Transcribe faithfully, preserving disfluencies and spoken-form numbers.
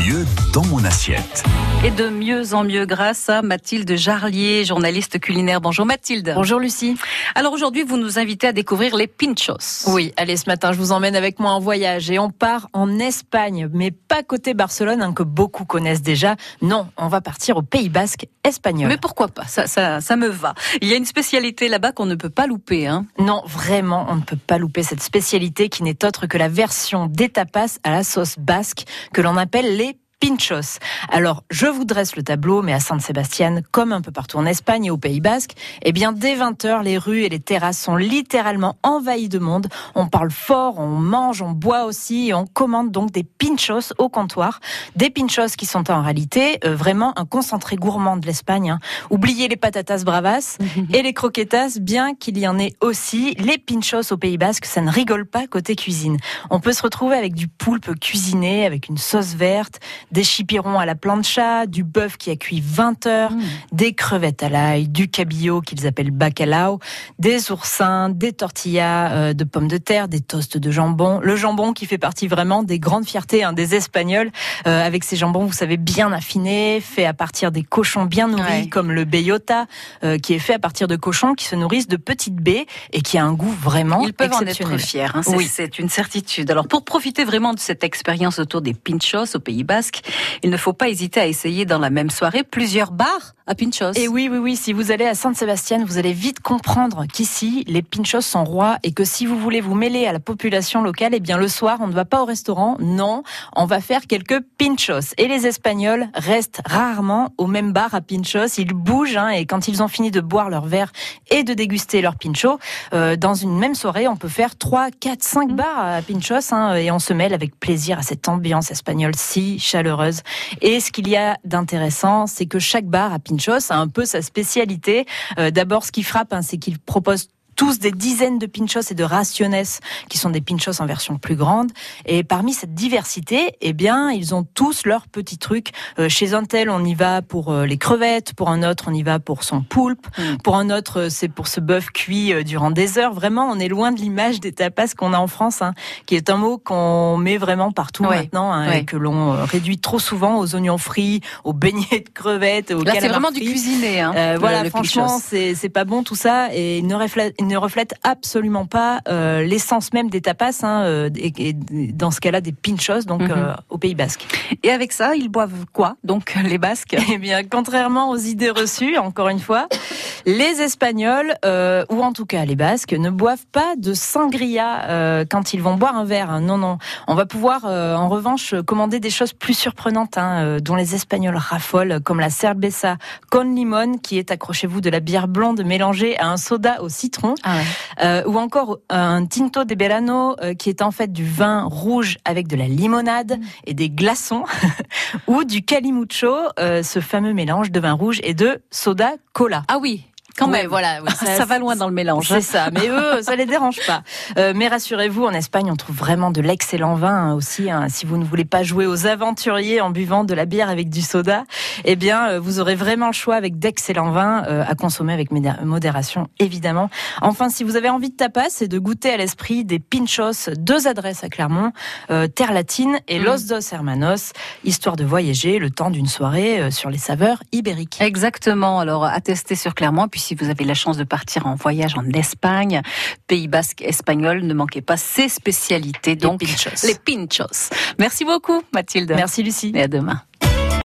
mieux dans mon assiette. Et de mieux en mieux grâce à Mathilde Jarlier, journaliste culinaire. Bonjour Mathilde. Bonjour Lucie. Alors aujourd'hui, vous nous invitez à découvrir les pinchos. Oui, allez, ce matin, je vous emmène avec moi en voyage et on part en Espagne, mais pas côté Barcelone, hein, que beaucoup connaissent déjà. Non, on va partir au Pays Basque espagnol. Mais pourquoi pas, ça, ça, ça me va. Il y a une spécialité là-bas qu'on ne peut pas louper. Hein. Non, vraiment, on ne peut pas louper cette spécialité qui n'est autre que la version des tapas à la sauce basque que l'on appelle les pinchos. Alors, je vous dresse le tableau, mais à San Sebastián, comme un peu partout en Espagne et au Pays Basque, eh bien, dès vingt heures, les rues et les terrasses sont littéralement envahies de monde. On parle fort, on mange, on boit aussi, et on commande donc des pinchos au comptoir. Des pinchos qui sont en réalité euh, vraiment un concentré gourmand de l'Espagne. Hein. Oubliez les patatas bravas et les croquetas, bien qu'il y en ait aussi. Les pinchos au Pays Basque, ça ne rigole pas côté cuisine. On peut se retrouver avec du poulpe cuisiné, avec une sauce verte, des chipirons à la plancha, du bœuf qui a cuit vingt heures, mmh. des crevettes à l'ail, du cabillaud qu'ils appellent bacalao, des oursins, des tortillas euh, de pommes de terre, des toasts de jambon. Le jambon qui fait partie vraiment des grandes fiertés hein, des Espagnols, euh, avec ces jambons, vous savez, bien affinés, faits à partir des cochons bien nourris, ouais. comme le bellota, euh, qui est fait à partir de cochons qui se nourrissent de petites baies et qui a un goût vraiment Ils peuvent exceptionnel. en être fiers, hein, c'est, oui. c'est une certitude. Alors pour profiter vraiment de cette expérience autour des pinchos au Pays Basque, il ne faut pas hésiter à essayer dans la même soirée plusieurs bars à pinchos. Et oui, oui, oui, si vous allez à San Sebastián, vous allez vite comprendre qu'ici, les pinchos sont rois et que si vous voulez vous mêler à la population locale, eh bien le soir, on ne va pas au restaurant, non, on va faire quelques pinchos. Et les Espagnols restent rarement au même bar à pinchos, ils bougent hein, et quand ils ont fini de boire leur verre et de déguster leur pincho, euh, dans une même soirée, on peut faire trois, quatre, cinq bars à pinchos hein, et on se mêle avec plaisir à cette ambiance espagnole si chaleureuse. Et ce qu'il y a d'intéressant, c'est que chaque bar à pinchos a un peu sa spécialité. Euh, d'abord, ce qui frappe, hein, c'est qu'ils proposent tous des dizaines de pinchos et de raciones qui sont des pinchos en version plus grande. Et parmi cette diversité, eh bien, ils ont tous leurs petits trucs. Euh, chez un tel, on y va pour euh, les crevettes. Pour un autre, on y va pour son poulpe. Mm. Pour un autre, euh, c'est pour ce bœuf cuit euh, durant des heures. Vraiment, on est loin de l'image des tapas qu'on a en France, hein, qui est un mot qu'on met vraiment partout ouais. maintenant, hein, ouais. et que l'on euh, réduit trop souvent aux oignons frits, aux beignets de crevettes, aux Là, c'est vraiment frits. du cuisiné. Hein, euh, le, voilà, le franchement, c'est, c'est pas bon tout ça. Et il ne reflète ne reflète absolument pas euh, l'essence même des tapas, hein, euh, et, et dans ce cas-là des pinchos, donc mm-hmm. euh, au Pays Basque. Et avec ça, ils boivent quoi, donc les Basques ? Eh bien, contrairement aux idées reçues, encore une fois, les Espagnols, euh, ou en tout cas les Basques, ne boivent pas de sangria euh, quand ils vont boire un verre. Hein. Non, non. On va pouvoir, euh, en revanche, commander des choses plus surprenantes, hein, euh, dont les Espagnols raffolent, comme la cerveza con limón, qui est, accrochez-vous, de la bière blonde mélangée à un soda au citron. Ah ouais. Euh, ou encore un tinto de verano euh, qui est en fait du vin rouge avec de la limonade mmh. et des glaçons, ou du calimucho, euh, ce fameux mélange de vin rouge et de soda cola. Ah oui. Quand ouais, même, voilà, oui, ça, ça va loin dans le mélange. C'est ça, mais eux, ça les dérange pas. Euh, mais rassurez-vous, en Espagne, on trouve vraiment de l'excellent vin hein, aussi. Hein. Si vous ne voulez pas jouer aux aventuriers en buvant de la bière avec du soda, eh bien, euh, vous aurez vraiment le choix avec d'excellents vins euh, à consommer avec modération, évidemment. Enfin, si vous avez envie de tapas et de goûter à l'esprit des pinchos, deux adresses à Clermont, euh, Terre Latine et mmh. Los Dos Hermanos, histoire de voyager le temps d'une soirée euh, sur les saveurs ibériques. Exactement. Alors, à tester sur Clermont, puis si vous avez la chance de partir en voyage en Espagne, Pays Basque espagnol, ne manquez pas ces spécialités, donc les pinchos. Les pinchos. Merci beaucoup, Mathilde. Merci, Lucie. Et à demain.